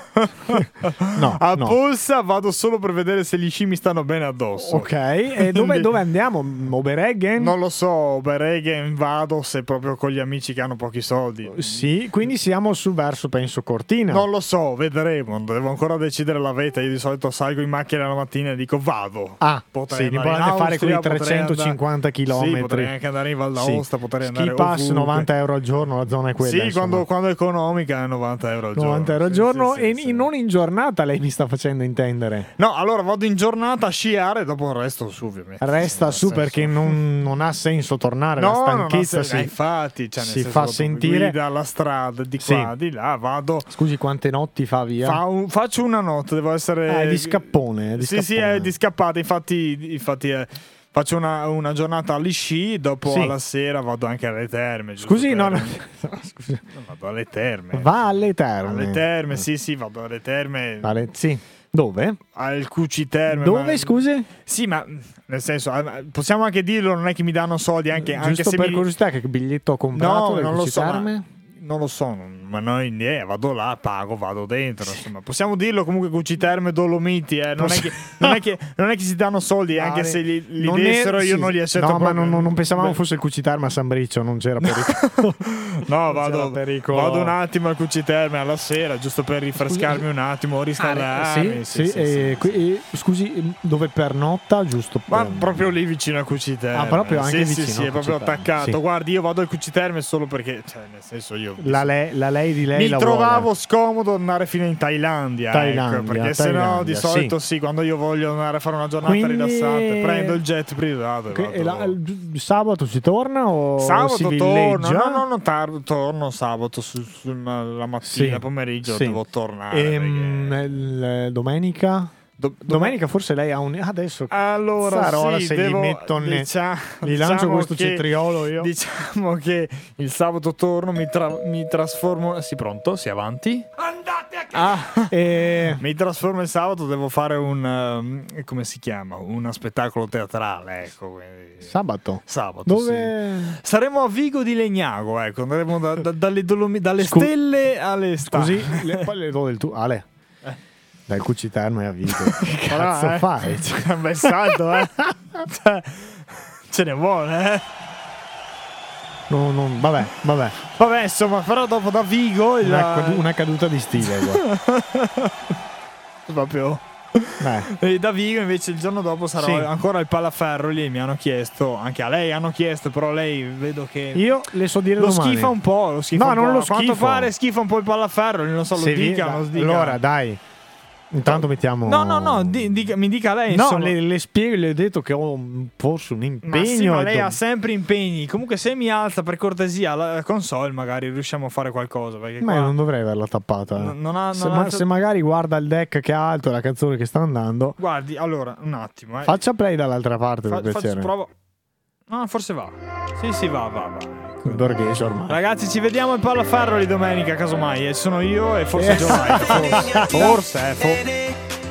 No, a Polsa vado solo per vedere se gli sci mi stanno bene addosso. Ok, e dove andiamo? Oberreggen? Non lo so, Oberreggen vado se proprio con gli amici che hanno pochi soldi. Sì, quindi siamo verso, penso, Cortina. Non lo so, vedremo. Devo ancora decidere la vetta. Io di solito salgo in macchina la mattina e dico vado. Potrei andare fare quei 350 km. Sì, potrei anche andare in Val d'Aosta, potrei andare Ski pass, ovunque. 90 euro al giorno, la zona è quella. Sì, quando è economica è 90 euro al giorno. 90 euro al giorno non in giornata, lei mi sta facendo intendere. No, allora vado in giornata a sciare e dopo resto su, ovviamente. Resta su perché non ha senso tornare, la stanchezza infatti, cioè, si fa sentire dalla strada di qua, di là, vado. Scusi, quante notti fa via? Faccio una notte, devo essere di scappone, Sì, è di scappata, infatti faccio una giornata agli sci, dopo alla sera vado anche alle terme. Scusi, Scusi. Vado alle terme. Va alle terme? Alle terme, sì, vado alle terme. Sì. Dove? Al Cuci Terme. Dove, scusi? Sì, ma nel senso, possiamo anche dirlo, non è che mi danno soldi anche se per curiosità, che biglietto ho comprato? No, non lo so. Non lo so, ma noi vado là, pago, vado dentro. Insomma, possiamo dirlo comunque Cuci Terme Dolomiti. Non è che si danno soldi, anche se li dessero io non li accetto. No, ma non pensavamo fosse il Cuci Terme a San Briccio, non c'era pericolo. No, vado un attimo al Cuci Terme alla sera, giusto per rinfrescarmi un attimo, riscaldarmi. Sì. Scusi, dove pernotta, giusto? Ma proprio lì vicino al Cuci Terme. Proprio anche vicino. Sì, è proprio attaccato. Sì. Guardi, io vado al Cuci Terme solo perché, cioè, nel senso, io la lei di lei mi trovavo scomodo andare fino in Thailandia, perché sennò di solito quando io voglio andare a fare una giornata rilassante prendo il jet privato il sabato si torna o sabato si torno? No, torno sabato la mattina, pomeriggio devo tornare. Domenica? Domenica forse lei ha adesso allora se gli metto gli lancio questo cetriolo io. Diciamo che il sabato torno, mi trasformo. Sì, pronto? Si avanti? Andate a casa! Mi trasformo il sabato, devo fare come si chiama? Uno spettacolo teatrale, ecco. Sabato? Dove? Sì. Saremo a Vigo di Legnago, ecco. Andremo dalle stelle alle Scusi, poi le do del tu. Ale. Dal Cuci Terme a Vigo. Che cazzo fai? C'è un bel salto, ce ne vuole, Vabbè, insomma, però dopo da Vigo una caduta di stile. Proprio. E da Vigo invece il giorno dopo sarò ancora al Palaferro. Lì mi hanno chiesto, anche a lei hanno chiesto, però lei vedo che io le so dire lo schifa un po'. Non lo schifo. Quanto pare schifa un po' il Palaferro, non so, lo dica. Allora dai, Intanto mettiamo. No, mi dica lei. No, insomma. le spiego, le ho detto che ho forse un impegno. Ma sì, ma lei ha sempre impegni. Comunque, se mi alza per cortesia la console, magari riusciamo a fare qualcosa. Perché ma qua io non dovrei averla tappata. Se magari guarda il deck che ha alto, la canzone che sta andando. Guardi, allora, un attimo. Faccia play dall'altra parte per piacere. Provo. No, forse va. Sì, va. Borghese ormai. Ragazzi, ci vediamo in Pallaferro domenica, casomai. E sono io e forse Giovanni. Forse.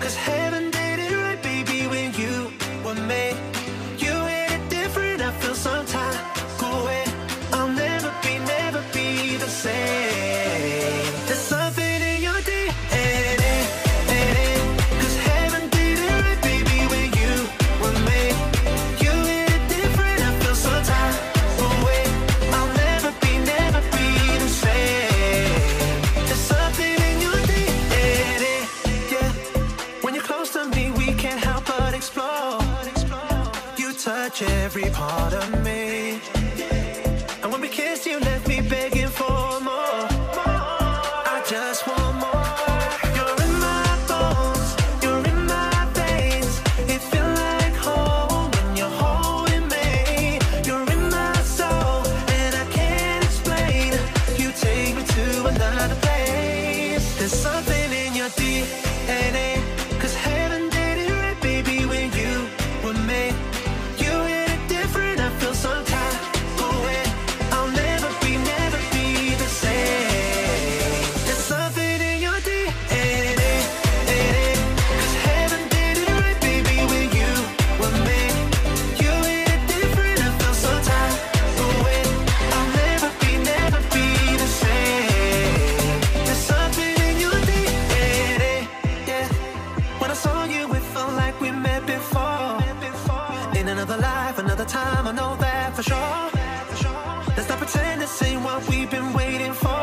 Every part of me, and when we kiss, you left me begging for more. I just want more. You're in my bones, you're in my veins. It feels like home when you're holding me. You're in my soul, and I can't explain. You take me to another place. There's something in your DNA, 'cause heaven did it right, baby, when you were made. Time, I know that for sure. Let's not pretend this ain't what we've been waiting for.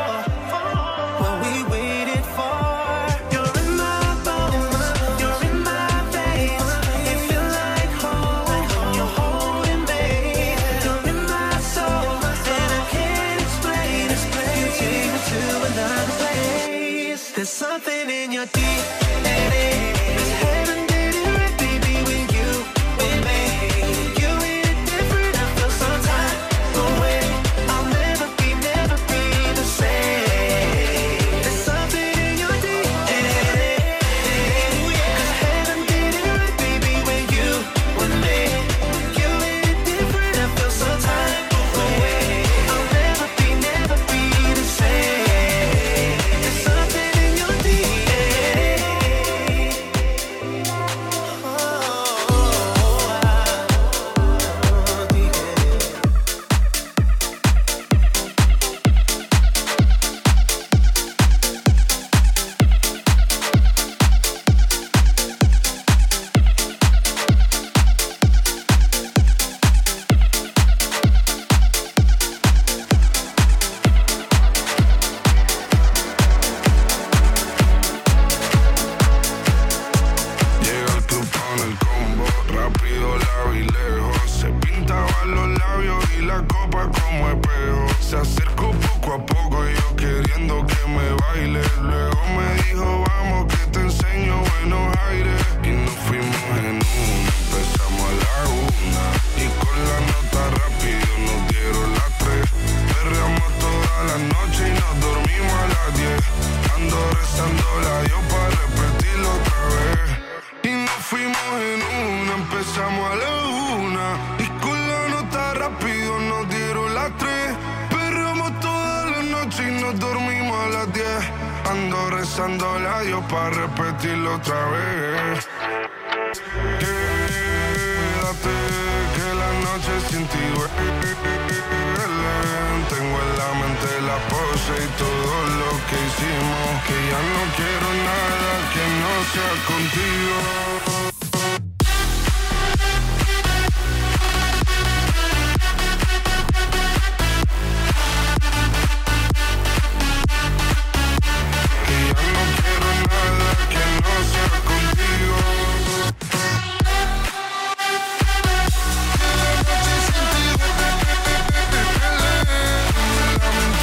What we waited for. You're in my bones, you're in my veins. It feels like home when you're holding me. You're in my soul, and I can't explain. You take me to another place. There's something in your DNA. Heaven did it right, baby, with you, with me.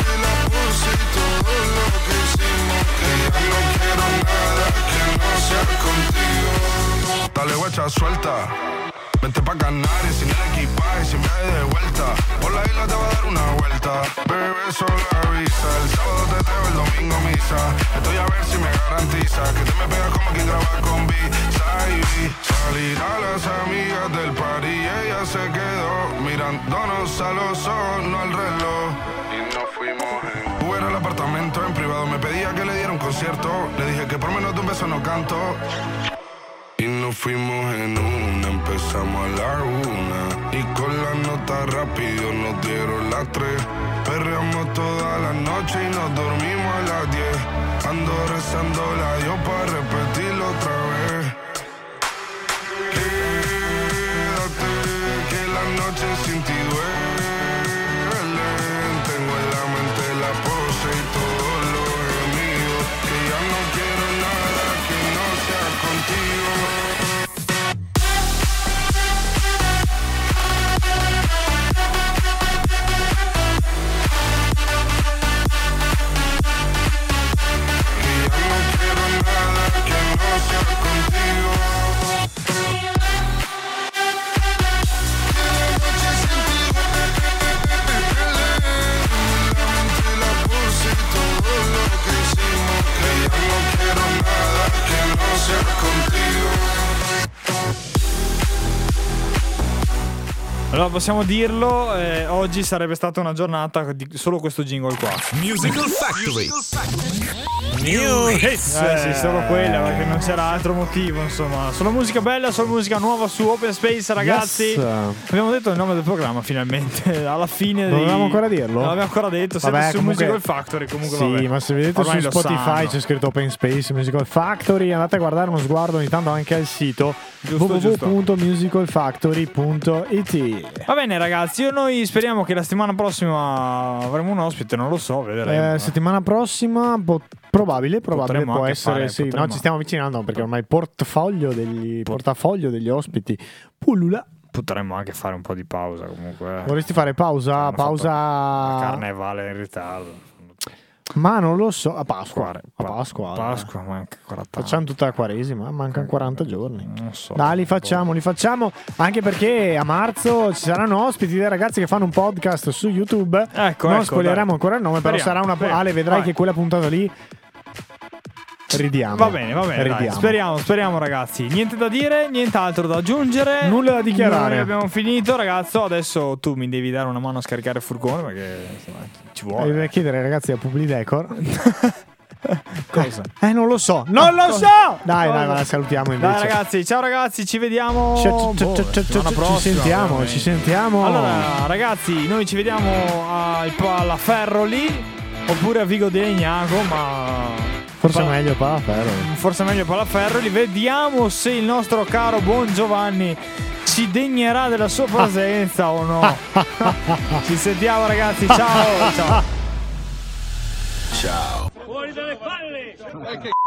No quiero nada que no sea rienda suelta. Vente pa' Canarias sin el equipaje, sin viaje de vuelta. Por la isla te va a dar una vuelta. Bebé, solo avisa. El sábado te traigo, el domingo misa. Estoy a ver si me garantiza que te me pegas como quien graba con B-Side. Salir a las amigas del party y ella se quedó mirándonos a los ojos, no al reloj. Y nos fuimos en al apartamento en privado. Me pedía que le diera un concierto. Le dije que por menos de un beso no canto. Y nos fuimos en una, empezamos a la 1. Y con la nota rápido nos dieron las 3. Perreamos toda la noche y nos dormimos a las 10. Ando rezándola yo para repetirlo otra vez. Quédate, que la noche sin ti duele. Tengo en la mente la pose y todo lo gemido. Que ya no quiero nada que no sea contigo. Allora possiamo dirlo, oggi sarebbe stata una giornata di solo questo jingle qua. Musical Factory. New hits. Sì, solo quella, perché non c'era altro motivo, insomma. Solo musica bella, solo musica nuova su Open Space, ragazzi. Yes. Abbiamo detto il nome del programma finalmente, alla fine. Non l'abbiamo ancora dirlo? Non l'abbiamo ancora detto, siete su comunque, Musical Factory, comunque sì, vabbè. ma se vedete Ormai su lo Spotify sanno. c'è scritto Open Space Musical Factory, andate a guardare uno sguardo ogni tanto anche al sito www.musicalfactory.it. Va bene ragazzi, noi speriamo che la settimana prossima avremo un ospite, non lo so, vedremo. Settimana prossima probabile Potremmo può anche essere, fare, sì, potremmo. no, ci stiamo avvicinando perché ormai il portafoglio degli ospiti pullula. Potremmo anche fare un po' di pausa comunque. Vorresti fare pausa? La Pausa carnevale in ritardo. Ma non lo so, a Pasqua. Pasqua manca 40 Facciamo tutta la Quaresima, mancano 40 giorni. Non so. Dai, li facciamo, anche perché a marzo ci saranno ospiti dei ragazzi che fanno un podcast su YouTube. Non spoileriamo ancora il nome, però sarà una Ale, vedrai che quella puntata lì ridiamo. Va bene, ridiamo. Dai, speriamo ragazzi. Niente da dire, nient'altro da aggiungere. Nulla da dichiarare. Noi abbiamo finito, ragazzo. Adesso tu mi devi dare una mano a scaricare il furgone perché insomma, ci vuole. Devi chiedere ai ragazzi a Publidecor. Cosa? Non lo so. Non lo so! Dai, la salutiamo invece. Dai ragazzi, ciao ragazzi, ci vediamo. Ci sentiamo. Allora ragazzi, noi ci vediamo alla Ferro lì, oppure a Vigo di Legnago, ma forse è meglio Palaferro. Forse è meglio Palaferro. Li vediamo se il nostro caro buon Giovanni ci degnerà della sua presenza o no. Ci sentiamo ragazzi, ciao. Ciao. Fuori dalle palle!